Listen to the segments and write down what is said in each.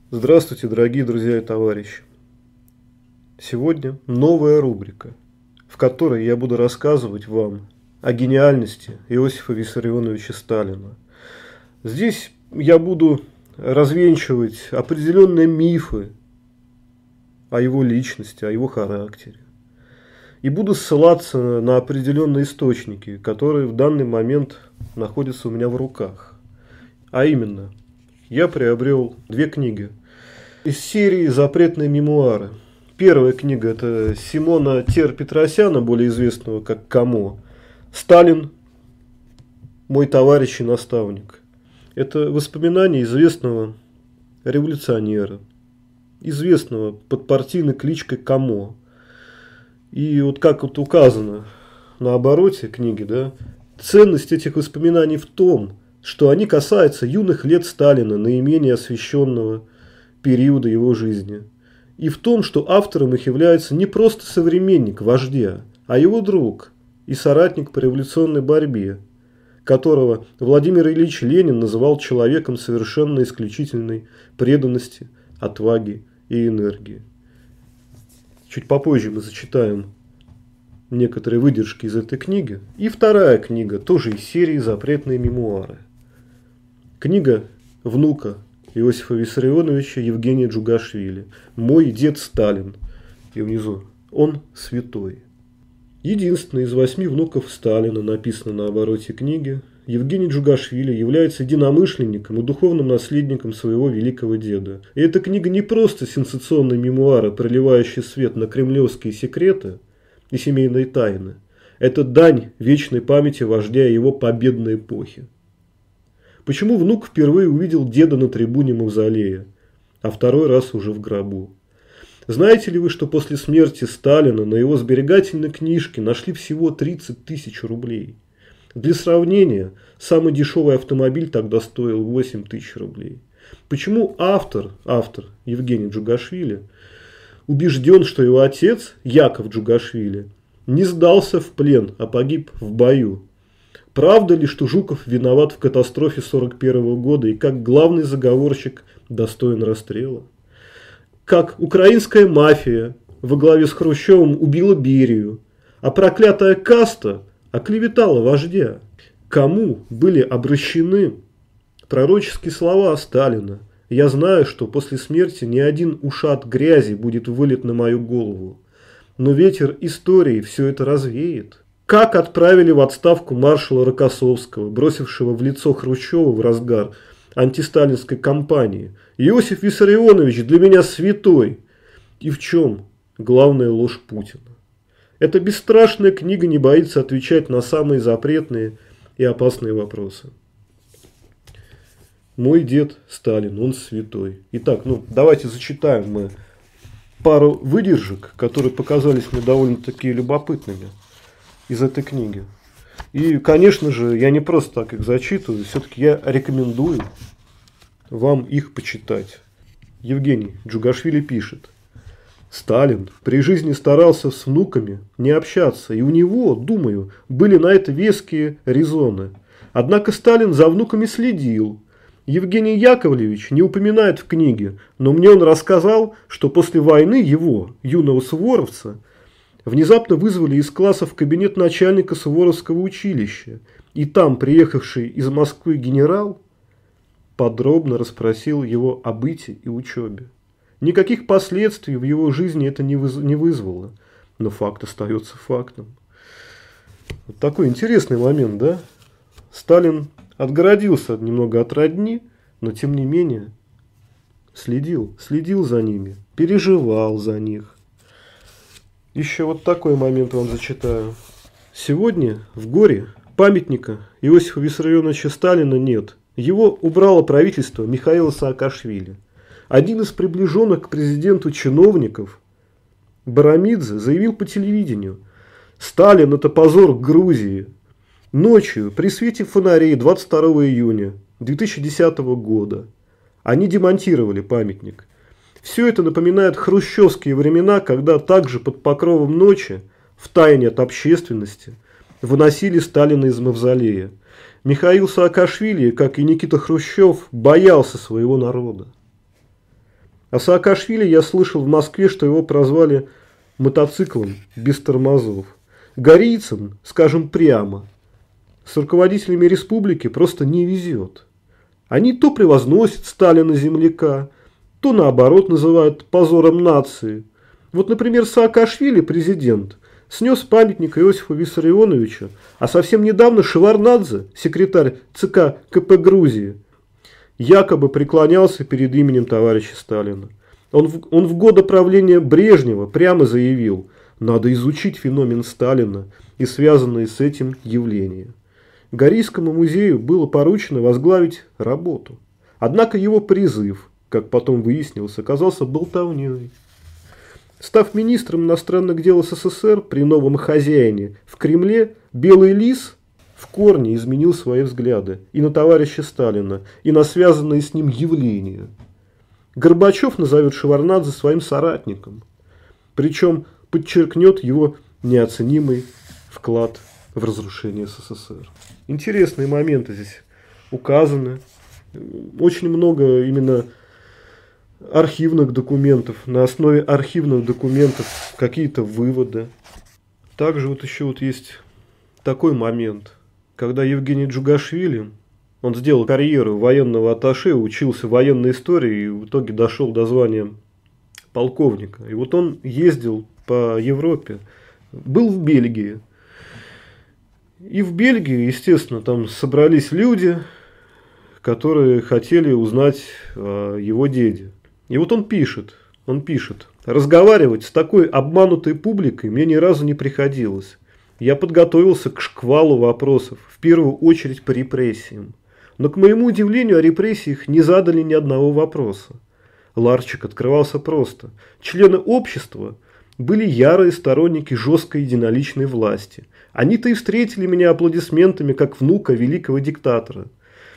Здравствуйте, дорогие друзья и товарищи! Сегодня новая рубрика, в которой я буду рассказывать вам о гениальности Иосифа Виссарионовича Сталина. Здесь я буду развенчивать определенные мифы о его личности, о его характере. И буду ссылаться на определенные источники, которые в данный момент находятся у меня в руках. А именно, я приобрел две книги из серии «Запретные мемуары». Первая книга – это Симона Тер-Петросяна, более известного как Камо. «Сталин. Мой товарищ и наставник». Это воспоминания известного революционера, известного под партийной кличкой Камо. И вот как вот указано на обороте книги, да, ценность этих воспоминаний в том, что они касаются юных лет Сталина, наименее освещенного периода его жизни. И в том, что автором их является не просто современник вождя, а его друг и соратник по революционной борьбе, которого Владимир Ильич Ленин называл человеком совершенно исключительной преданности, отваги и энергии. Чуть попозже мы зачитаем некоторые выдержки из этой книги. И вторая книга, тоже из серии «Запретные мемуары». Книга внука Иосифа Виссарионовича Евгения Джугашвили «Мой дед Сталин». И внизу «Он святой». Единственный из 8 внуков Сталина, написано на обороте книги, Евгений Джугашвили является единомышленником и духовным наследником своего великого деда. И эта книга не просто сенсационные мемуары, проливающие свет на кремлевские секреты и семейные тайны. Это дань вечной памяти вождя и его победной эпохи. Почему внук впервые увидел деда на трибуне Мавзолея, а второй раз уже в гробу? Знаете ли вы, что после смерти Сталина на его сберегательной книжке нашли всего 30 тысяч рублей? Для сравнения, самый дешевый автомобиль тогда стоил 8 тысяч рублей. Почему автор Евгений Джугашвили, убежден, что его отец, Яков Джугашвили, не сдался в плен, а погиб в бою? Правда ли, что Жуков виноват в катастрофе 1941 года и как главный заговорщик достоин расстрела? Как украинская мафия во главе с Хрущевым убила Берию, а проклятая каста оклеветала вождя? Кому были обращены пророческие слова Сталина? Я знаю, что после смерти ни один ушат грязи будет вылит на мою голову, но ветер истории все это развеет. Как отправили в отставку маршала Рокоссовского, бросившего в лицо Хрущева в разгар антисталинской кампании? Иосиф Виссарионович для меня святой. И в чем главная ложь Путина? Эта бесстрашная книга не боится отвечать на самые запретные и опасные вопросы. Мой дед Сталин, он святой. Итак, давайте зачитаем мы пару выдержек, которые показались мне довольно-таки любопытными из этой книги. И, конечно же, я не просто так их зачитываю, все-таки я рекомендую вам их почитать. Евгений Джугашвили пишет: Сталин при жизни старался с внуками не общаться, и у него, думаю, были на это веские резоны. Однако Сталин за внуками следил. Евгений Яковлевич не упоминает в книге, но мне он рассказал, что после войны его, юного суворовца, внезапно вызвали из класса в кабинет начальника Суворовского училища, и там приехавший из Москвы генерал подробно расспросил его о быте и учебе. Никаких последствий в его жизни это не вызвало, но факт остается фактом. Вот такой интересный момент, да? Сталин отгородился немного от родни, но тем не менее следил за ними, переживал за них. Еще вот такой момент вам зачитаю. Сегодня в Горе памятника Иосифа Виссарионовича Сталина нет. Его убрало правительство Михаила Саакашвили. Один из приближенных к президенту чиновников, Барамидзе, заявил по телевидению: «Сталин – это позор Грузии». Ночью при свете фонарей 22 июня 2010 года они демонтировали памятник. Все это напоминает хрущевские времена, когда также под покровом ночи, втайне от общественности, выносили Сталина из мавзолея. Михаил Саакашвили, как и Никита Хрущев, боялся своего народа. О Саакашвили я слышал в Москве, что его прозвали мотоциклом без тормозов. Горийцам, скажем прямо, с руководителями республики просто не везет. Они то превозносят Сталина-земляка, то наоборот называют позором нации. Вот, например, Саакашвили, президент, снес памятник Иосифу Виссарионовичу, а совсем недавно Шеварднадзе, секретарь ЦК КП Грузии, якобы преклонялся перед именем товарища Сталина. Он в годы правления Брежнева прямо заявил, надо изучить феномен Сталина и связанные с этим явления. Горийскому музею было поручено возглавить работу. Однако его призыв, как потом выяснилось, оказался болтовней. Став министром иностранных дел СССР при новом хозяине в Кремле, Белый лис в корне изменил свои взгляды и на товарища Сталина, и на связанные с ним явления. Горбачев назовет Шеварднадзе своим соратником, причем подчеркнет его неоценимый вклад в разрушение СССР. Интересные моменты здесь указаны. Очень много именно архивных документов. На основе архивных документов какие-то выводы. Также вот еще вот есть такой момент, когда Евгений Джугашвили, он сделал карьеру военного атташе, учился военной истории и в итоге дошел до звания полковника. И вот он ездил по Европе, был в Бельгии. И в Бельгии, естественно, там собрались люди, которые хотели узнать о его деде. И вот он пишет, разговаривать с такой обманутой публикой мне ни разу не приходилось. Я подготовился к шквалу вопросов, в первую очередь по репрессиям. Но, к моему удивлению, о репрессиях не задали ни одного вопроса. Ларчик открывался просто. Члены общества были ярые сторонники жесткой единоличной власти. Они-то и встретили меня аплодисментами, как внука великого диктатора.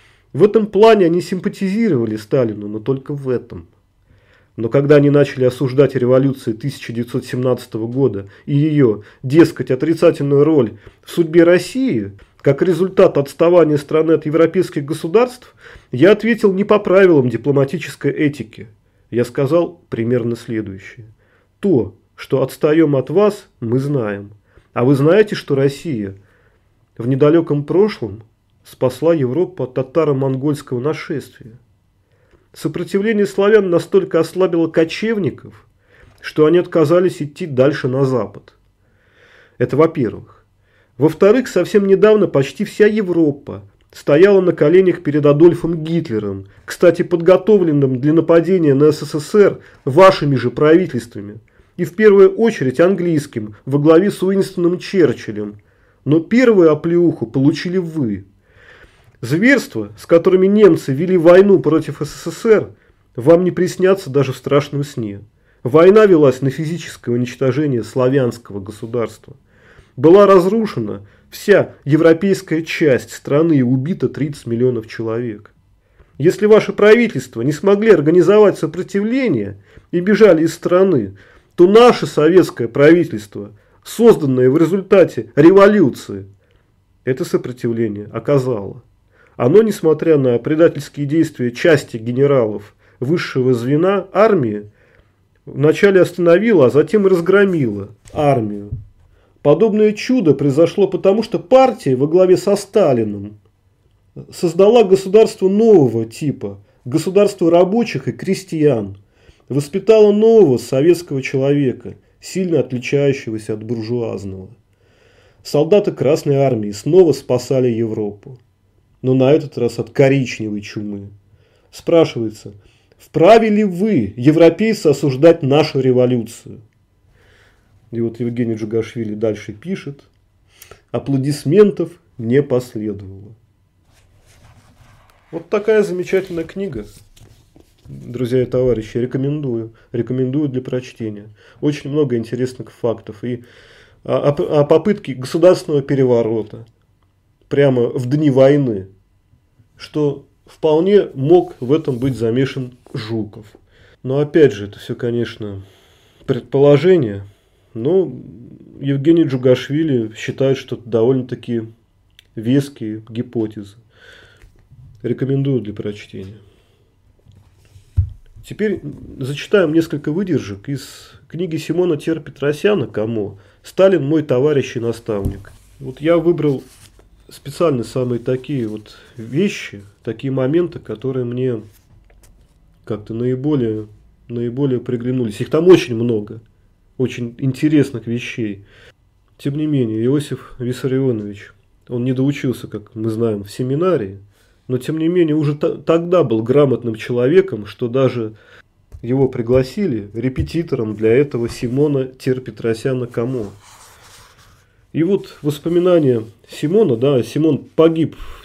В этом плане они симпатизировали Сталину, но только в этом. Но когда они начали осуждать революцию 1917 года и ее, дескать, отрицательную роль в судьбе России, как результат отставания страны от европейских государств, я ответил не по правилам дипломатической этики. Я сказал примерно следующее. То, что отстаем от вас, мы знаем. А вы знаете, что Россия в недалеком прошлом спасла Европу от татаро-монгольского нашествия? Сопротивление славян настолько ослабило кочевников, что они отказались идти дальше на запад. Это во-первых. Во-вторых, совсем недавно почти вся Европа стояла на коленях перед Адольфом Гитлером, кстати, подготовленным для нападения на СССР вашими же правительствами, и в первую очередь английским, во главе с Уинстоном Черчиллем. Но первую оплеуху получили вы. Зверства, с которыми немцы вели войну против СССР, вам не приснятся даже в страшном сне. Война велась на физическое уничтожение славянского государства. Была разрушена вся европейская часть страны и убито 30 миллионов человек. Если ваши правительства не смогли организовать сопротивление и бежали из страны, то наше советское правительство, созданное в результате революции, это сопротивление оказало. Оно, несмотря на предательские действия части генералов высшего звена армии, вначале остановило, а затем и разгромило армию. Подобное чудо произошло потому, что партия во главе со Сталиным создала государство нового типа, государство рабочих и крестьян, воспитала нового советского человека, сильно отличающегося от буржуазного. Солдаты Красной Армии снова спасали Европу, но на этот раз от коричневой чумы. Спрашивается, вправе ли вы, европейцы, осуждать нашу революцию? И вот Евгений Джугашвили дальше пишет, аплодисментов не последовало. Вот такая замечательная книга, друзья и товарищи, рекомендую для прочтения. Очень много интересных фактов и о попытке государственного переворота прямо в дни войны, что вполне мог в этом быть замешан Жуков. Но опять же, это все, конечно, предположение. Но Евгений Джугашвили считает, что это довольно-таки веские гипотезы. Рекомендую для прочтения. Теперь зачитаем несколько выдержек из книги Симона Тер-Петросяна «Камо. Сталин мой товарищ и наставник». Вот я выбрал специально самые такие вот вещи, такие моменты, которые мне как-то наиболее приглянулись. Их там очень много, очень интересных вещей. Тем не менее, Иосиф Виссарионович, он не доучился, как мы знаем, в семинарии, но тем не менее уже тогда был грамотным человеком, что даже его пригласили репетитором для этого Симона Тер-Петросяна «Камо». И вот воспоминания Симона, да, Симон погиб в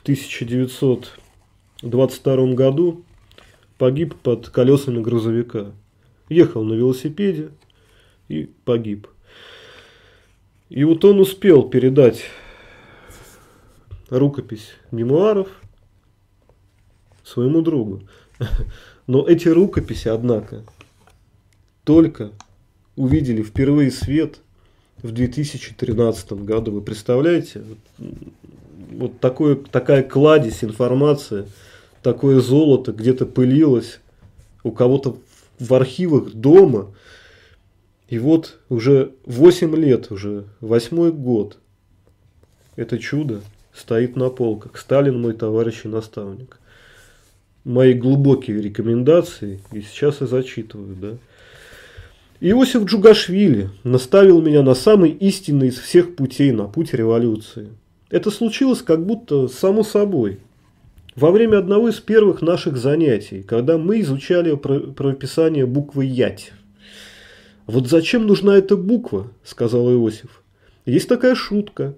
1922 году, погиб под колесами грузовика. Ехал на велосипеде и погиб. И вот он успел передать рукопись мемуаров своему другу. Но эти рукописи, однако, только увидели впервые свет в 2013 году. Вы представляете? Вот такая кладезь информации, такое золото где-то пылилось у кого-то в архивах дома. И вот уже 8 лет, уже 8-й год, это чудо стоит на полках. Сталин мой товарищ и наставник. Мои глубокие рекомендации, и сейчас я зачитываю, да. Иосиф Джугашвили наставил меня на самый истинный из всех путей, на путь революции. Это случилось как будто само собой. Во время одного из первых наших занятий, когда мы изучали правописание буквы «ять». «Вот зачем нужна эта буква?» – сказал Иосиф. «Есть такая шутка.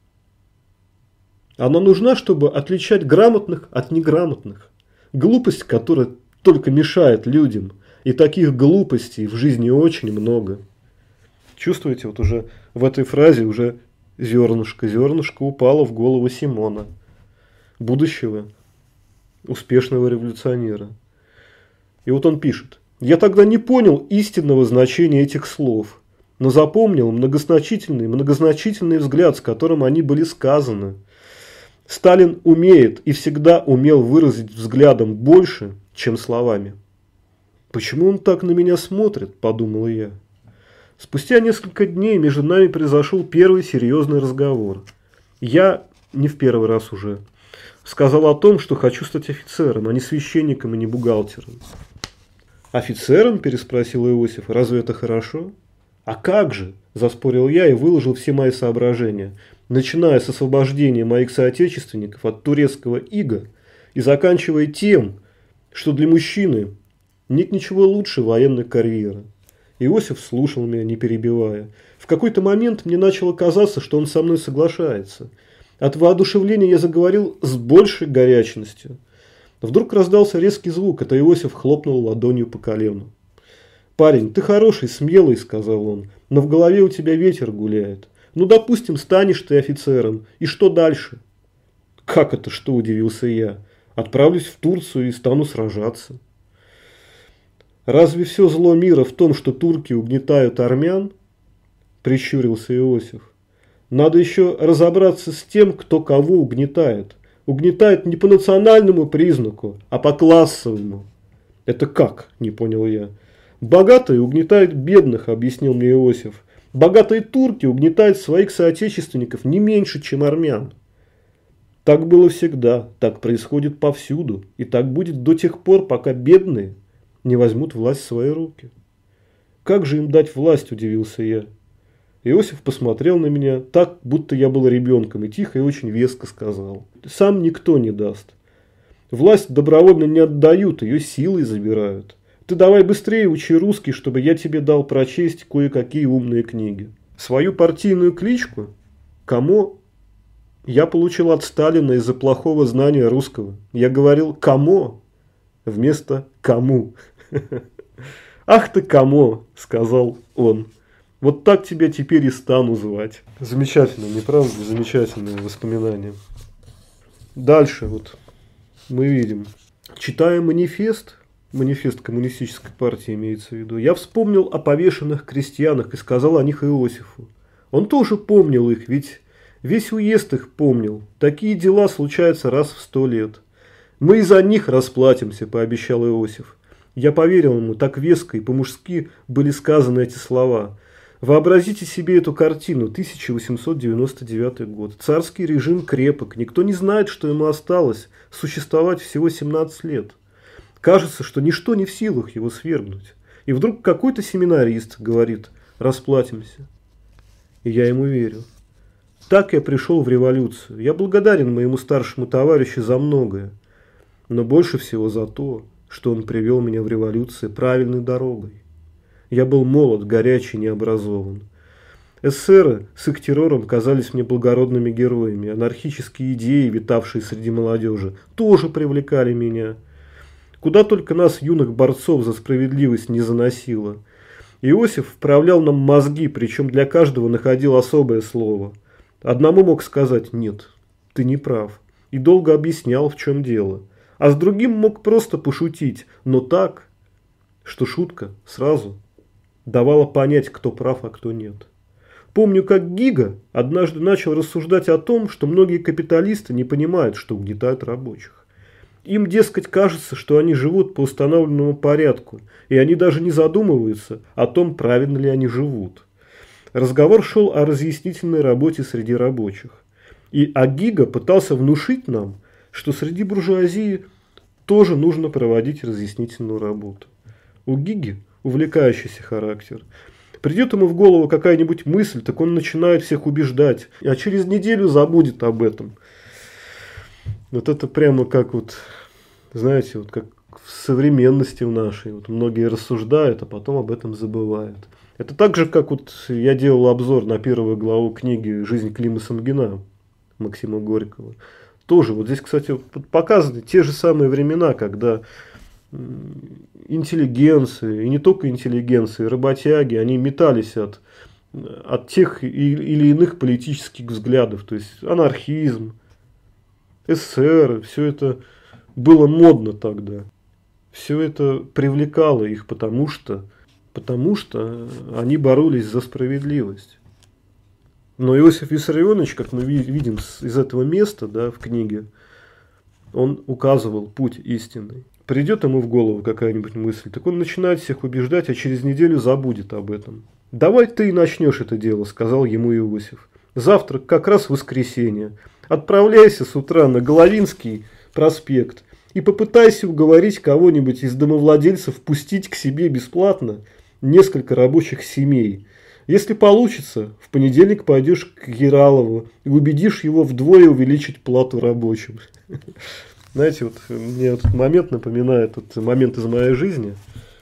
Она нужна, чтобы отличать грамотных от неграмотных. Глупость, которая только мешает людям. И таких глупостей в жизни очень много». Чувствуете, вот уже в этой фразе уже зернышко упало в голову Симона, будущего успешного революционера. И вот он пишет. «Я тогда не понял истинного значения этих слов, но запомнил многозначительный взгляд, с которым они были сказаны. Сталин умеет и всегда умел выразить взглядом больше, чем словами». «Почему он так на меня смотрит?» – подумал я. Спустя несколько дней между нами произошел первый серьезный разговор. Я, не в первый раз уже, сказал о том, что хочу стать офицером, а не священником и не бухгалтером. «Офицером?» – переспросил Иосиф. «Разве это хорошо?» «А как же?» – заспорил я и выложил все мои соображения, начиная с освобождения моих соотечественников от турецкого ига и заканчивая тем, что для мужчины нет ничего лучше военной карьеры. Иосиф слушал меня, не перебивая. В какой-то момент мне начало казаться, что он со мной соглашается. От воодушевления я заговорил с большей горячностью. Вдруг раздался резкий звук, это Иосиф хлопнул ладонью по колену. «Парень, ты хороший, смелый», – сказал он, – «но в голове у тебя ветер гуляет. Ну, допустим, станешь ты офицером. И что дальше?» «Как это что?» – удивился я. «Отправлюсь в Турцию и стану сражаться». «Разве все зло мира в том, что турки угнетают армян?» – прищурился Иосиф. «Надо еще разобраться с тем, кто кого угнетает. Угнетает не по национальному признаку, а по классовому». «Это как?» – не понял я. «Богатые угнетают бедных», – объяснил мне Иосиф. «Богатые турки угнетают своих соотечественников не меньше, чем армян». Так было всегда, так происходит повсюду, и так будет до тех пор, пока бедные не возьмут власть в свои руки. «Как же им дать власть?» – удивился я. Иосиф посмотрел на меня так, будто я был ребенком, и тихо и очень веско сказал. «Сам никто не даст. Власть добровольно не отдают, ее силой забирают. Ты давай быстрее учи русский, чтобы я тебе дал прочесть кое-какие умные книги». Свою партийную кличку «Камо» я получил от Сталина из-за плохого знания русского. Я говорил «Камо» вместо «Кому». «Ах ты, Камо», – сказал он. «Вот так тебя теперь и стану звать». Замечательно, не правда? Замечательные воспоминания. Дальше вот мы видим. Читая манифест коммунистической партии имеется в виду, я вспомнил о повешенных крестьянах и сказал о них Иосифу. Он тоже помнил их, ведь весь уезд их помнил. Такие дела случаются раз в 100 лет. «Мы и за них расплатимся», – пообещал Иосиф. Я поверил ему, так веско и по-мужски были сказаны эти слова. Вообразите себе эту картину, 1899 год. Царский режим крепок, никто не знает, что ему осталось существовать всего 17 лет. Кажется, что ничто не в силах его свергнуть. И вдруг какой-то семинарист говорит: расплатимся. И я ему верю. Так я пришел в революцию. Я благодарен моему старшему товарищу за многое. Но больше всего за то, что он привел меня в революции правильной дорогой. Я был молод, горячий, необразован. Эсеры с их террором казались мне благородными героями. Анархические идеи, витавшие среди молодежи, тоже привлекали меня. Куда только нас, юных борцов за справедливость, не заносило. Иосиф вправлял нам мозги, причем для каждого находил особое слово. Одному мог сказать: нет, ты не прав, и долго объяснял, в чем дело. А с другим мог просто пошутить, но так, что шутка сразу давала понять, кто прав, а кто нет. Помню, как Гига однажды начал рассуждать о том, что многие капиталисты не понимают, что угнетают рабочих. Им, дескать, кажется, что они живут по установленному порядку, и они даже не задумываются о том, правильно ли они живут. Разговор шел о разъяснительной работе среди рабочих. И Гига пытался внушить нам, что среди буржуазии тоже нужно проводить разъяснительную работу. У Гиги увлекающийся характер. Придет ему в голову какая-нибудь мысль, так он начинает всех убеждать, а через неделю забудет об этом. Вот это прямо как вот, знаете, вот как в современности в нашей. Вот многие рассуждают, а потом об этом забывают. Это так же, как вот я делал обзор на первую главу книги «Жизнь Клима Самгина» Максима Горького. Тоже вот здесь, кстати, показаны те же самые времена, когда интеллигенции, и не только интеллигенции, работяги, они метались от тех или иных политических взглядов. То есть анархизм, эсеры, все это было модно тогда. Все это привлекало их, потому что они боролись за справедливость. Но Иосиф Виссарионович, как мы видим из этого места, да, в книге, он указывал путь истинный. Придет ему в голову какая-нибудь мысль, так он начинает всех убеждать, а через неделю забудет об этом. «Давай ты и начнешь это дело», – сказал ему Иосиф. «Завтра как раз воскресенье. Отправляйся с утра на Головинский проспект и попытайся уговорить кого-нибудь из домовладельцев пустить к себе бесплатно несколько рабочих семей. Если получится, в понедельник пойдешь к Яралову и убедишь его вдвое увеличить плату рабочим». Знаете, вот мне этот момент напоминает момент из моей жизни.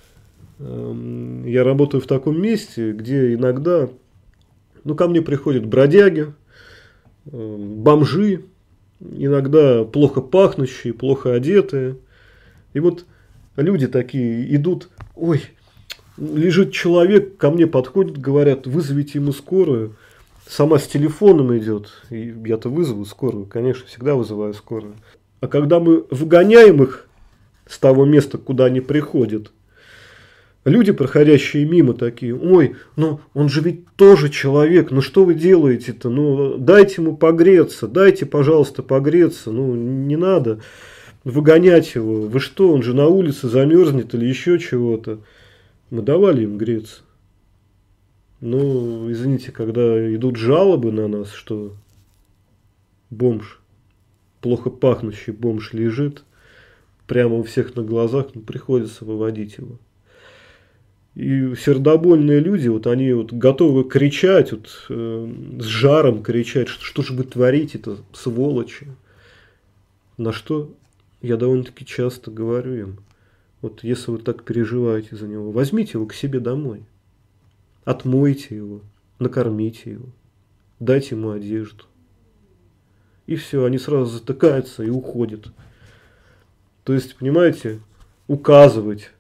Я работаю в таком месте, где иногда ко мне приходят бродяги, бомжи, иногда плохо пахнущие, плохо одетые. И вот люди такие идут: ой, лежит человек, ко мне подходит, говорят: вызовите ему скорую. Сама с телефоном идет. И я-то вызову скорую, конечно, всегда вызываю скорую. А когда мы выгоняем их с того места, куда они приходят, люди, проходящие мимо, такие: ой, он же ведь тоже человек, что вы делаете-то? Дайте ему погреться, дайте, пожалуйста, погреться, не надо выгонять его. Вы что, он же на улице замерзнет или еще чего-то. Мы давали им греться. Извините, когда идут жалобы на нас, что бомж, плохо пахнущий бомж лежит прямо у всех на глазах, приходится выводить его. И сердобольные люди, они готовы кричать, с жаром кричать: что же вы творите-то, сволочи. На что я довольно-таки часто говорю им: если вы так переживаете за него, возьмите его к себе домой, отмойте его, накормите его, дайте ему одежду. И все, они сразу затыкаются и уходят. То есть, понимаете, указывать,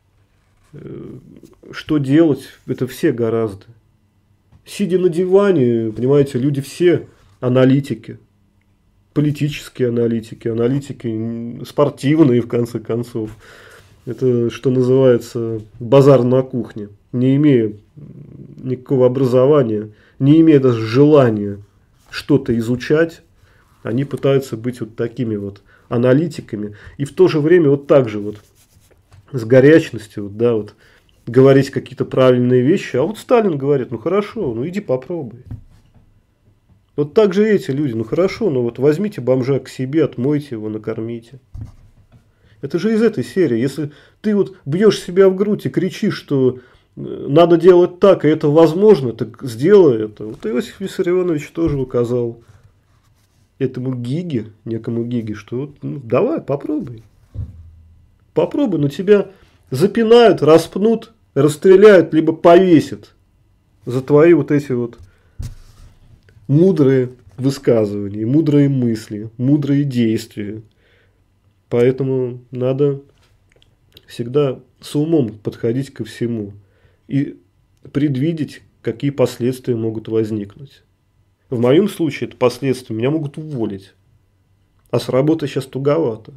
что делать, это все гораздо. Сидя на диване, понимаете, люди все аналитики, политические аналитики, аналитики спортивные, в конце концов. Это, что называется, базар на кухне. Не имея никакого образования, не имея даже желания что-то изучать, они пытаются быть такими аналитиками. И в то же время так же с горячностью, да, вот, говорить какие-то правильные вещи. А вот Сталин говорит, ну хорошо, ну иди попробуй. Вот так же эти люди, ну хорошо, ну вот возьмите бомжа к себе, отмойте его, накормите. Это же из этой серии. Если ты вот бьешь себя в грудь и кричишь, что надо делать так, и это возможно, так сделай это. Вот Иосиф Виссарионович тоже указал этому Гиге, некому Гиге, что ну, давай, попробуй. Попробуй, но тебя запинают, распнут, расстреляют, либо повесят за твои вот эти вот мудрые высказывания, мудрые мысли, мудрые действия. Поэтому надо всегда с умом подходить ко всему и предвидеть, какие последствия могут возникнуть. В моем случае это последствия меня могут уволить, а с работы сейчас туговато.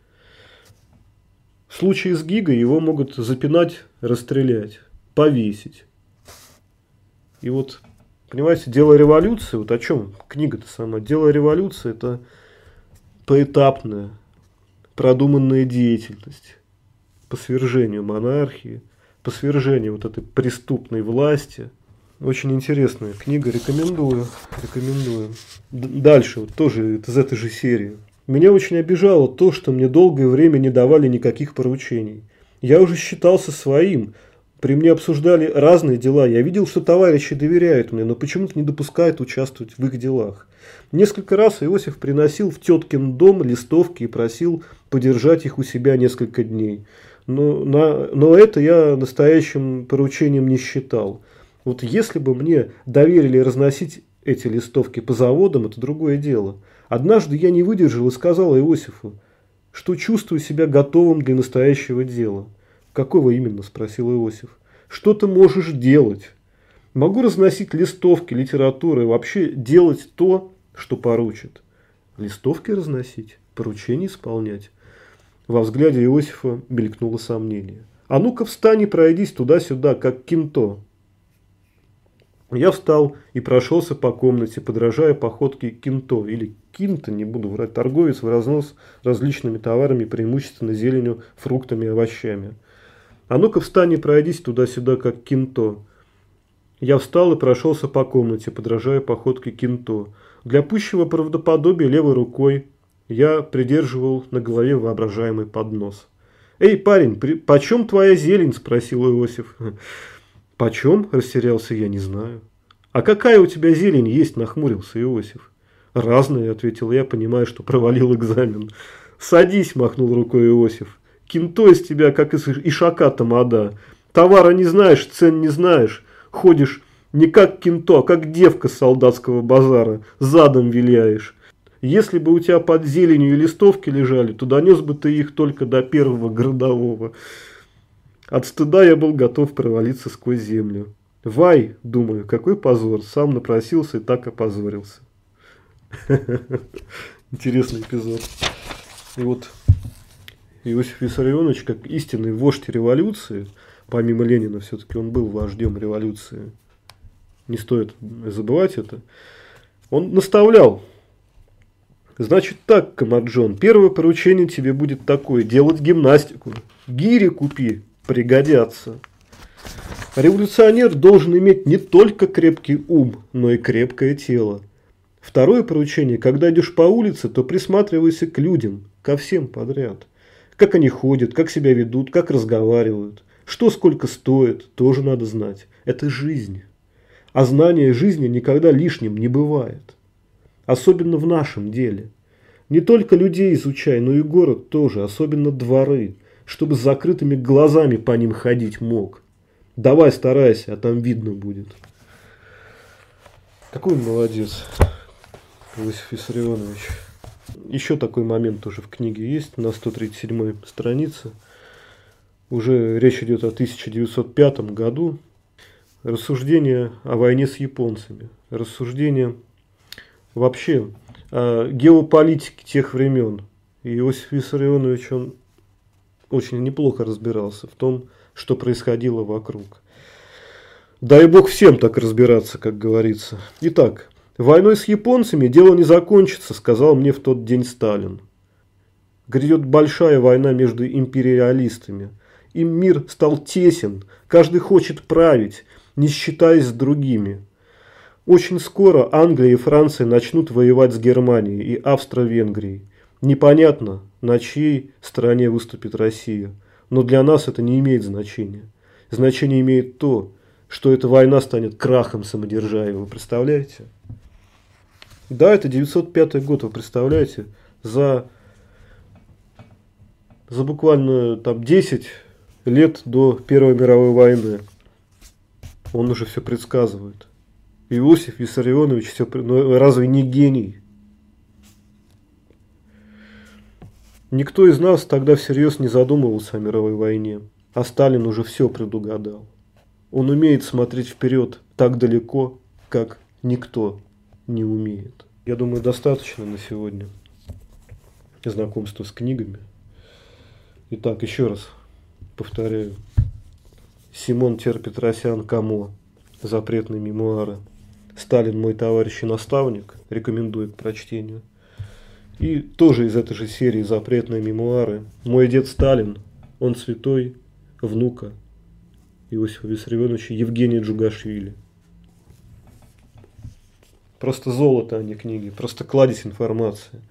В случае с Гигой его могут запинать, расстрелять, повесить. И вот, понимаете, дело революции, вот о чем книга-то сама, дело революции – это поэтапная, продуманная деятельность по свержению монархии, по свержению вот этой преступной власти. Очень интересная книга, рекомендую. Дальше, вот тоже из этой же серии. Меня очень обижало то, что мне долгое время не давали никаких поручений. Я уже считался своим. При мне обсуждали разные дела. Я видел, что товарищи доверяют мне, но почему-то не допускают участвовать в их делах. Несколько раз Иосиф приносил в теткин дом листовки и просил подержать их у себя несколько дней. Но это я настоящим поручением не считал. Вот если бы мне доверили разносить эти листовки по заводам, это другое дело. Однажды я не выдержал и сказал Иосифу, что чувствую себя готовым для настоящего дела. «Какого именно?» – спросил Иосиф. «Что ты можешь делать? Могу разносить листовки, литературу и вообще делать то, что поручат». Листовки разносить? Поручения исполнять? Во взгляде Иосифа мелькнуло сомнение. «А ну-ка встань и пройдись туда-сюда, как кинто». Я встал и прошелся по комнате, подражая походке кинто, или кинто, не буду врать, торговец в разнос различными товарами, преимущественно зеленью, фруктами и овощами. «А ну-ка встань и пройдись туда-сюда, как кинто». Я встал и прошелся по комнате, подражая походке кинто. Для пущего правдоподобия левой рукой я придерживал на голове воображаемый поднос. «Эй, парень, почем твоя зелень?» – спросил Иосиф. «Почем?» – растерялся я, не знаю. «А какая у тебя зелень есть?» – нахмурился Иосиф. «Разная», – ответил я, понимая, что провалил экзамен. «Садись», – махнул рукой Иосиф. «Кинто из тебя, как из ишака тамада. Товара не знаешь, цен не знаешь. Ходишь не как кинто, а как девка с солдатского базара. Задом виляешь. Если бы у тебя под зеленью и листовки лежали, то донес бы ты их только до первого городового». От стыда я был готов провалиться сквозь землю. Вай, думаю, какой позор. Сам напросился и так опозорился. Интересный эпизод. И вот Иосиф Виссарионович, как истинный вождь революции, помимо Ленина, все-таки он был вождем революции, не стоит забывать это, он наставлял. Значит так, Камарджон, первое поручение тебе будет такое: делать гимнастику. Гири купи, пригодятся. Революционер должен иметь не только крепкий ум, но и крепкое тело. Второе поручение: когда идешь по улице, то присматривайся к людям, ко всем подряд. Как они ходят, как себя ведут, как разговаривают. Что сколько стоит, тоже надо знать. Это жизнь. А знание жизни никогда лишним не бывает. Особенно в нашем деле. Не только людей изучай, но и город тоже, особенно дворы, чтобы с закрытыми глазами по ним ходить мог. Давай старайся, а там видно будет. Какой он молодец, Иосиф Виссарионович. Еще такой момент тоже в книге есть, на 137 странице. Уже речь идет о 1905 году. Рассуждения о войне с японцами. Рассуждения вообще о геополитике тех времен. И Иосиф Виссарионович, он очень неплохо разбирался в том, что происходило вокруг. Дай бог всем так разбираться, как говорится. Итак, войной с японцами дело не закончится, сказал мне в тот день Сталин. Грядет большая война между империалистами. Им мир стал тесен, каждый хочет править, не считаясь с другими. Очень скоро Англия и Франция начнут воевать с Германией и Австро-Венгрией. Непонятно, на чьей стороне выступит Россия, но для нас это не имеет значения. Значение имеет то, что эта война станет крахом самодержавия, вы представляете? Да, это 905 год, вы представляете, за буквально там 10 лет до Первой мировой войны. Он уже все предсказывает. Иосиф Виссарионович все... Ну, разве не гений? Никто из нас тогда всерьез не задумывался о мировой войне. А Сталин уже все предугадал. Он умеет смотреть вперед так далеко, как никто не умеет. Я думаю, достаточно на сегодня знакомства с книгами. Итак, еще раз повторяю. Симон Тер-Петросян Камо. Запретные мемуары. Сталин, мой товарищ и наставник. Рекомендую к прочтению. И тоже из этой же серии запретные мемуары. Мой дед Сталин. Он святой. Внука Иосифа Виссарионовича Евгения Джугашвили. Просто золото, а не книги. Просто кладезь информации,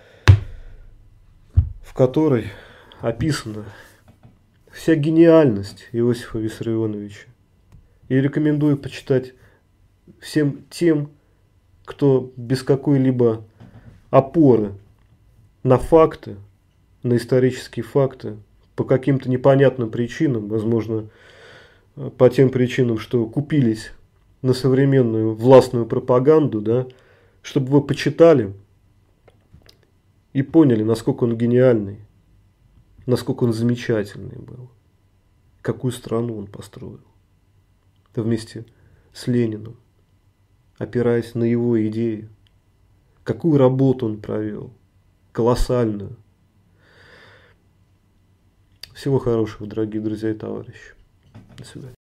в которой описана вся гениальность Иосифа Виссарионовича. И рекомендую почитать всем тем, кто без какой-либо опоры на факты, на исторические факты, по каким-то непонятным причинам, возможно, по тем причинам, что купились на современную властную пропаганду, да, чтобы вы почитали и поняли, насколько он гениальный, насколько он замечательный был, какую страну он построил вместе с Лениным, опираясь на его идеи, какую работу он провел, колоссальную. Всего хорошего, дорогие друзья и товарищи. До свидания.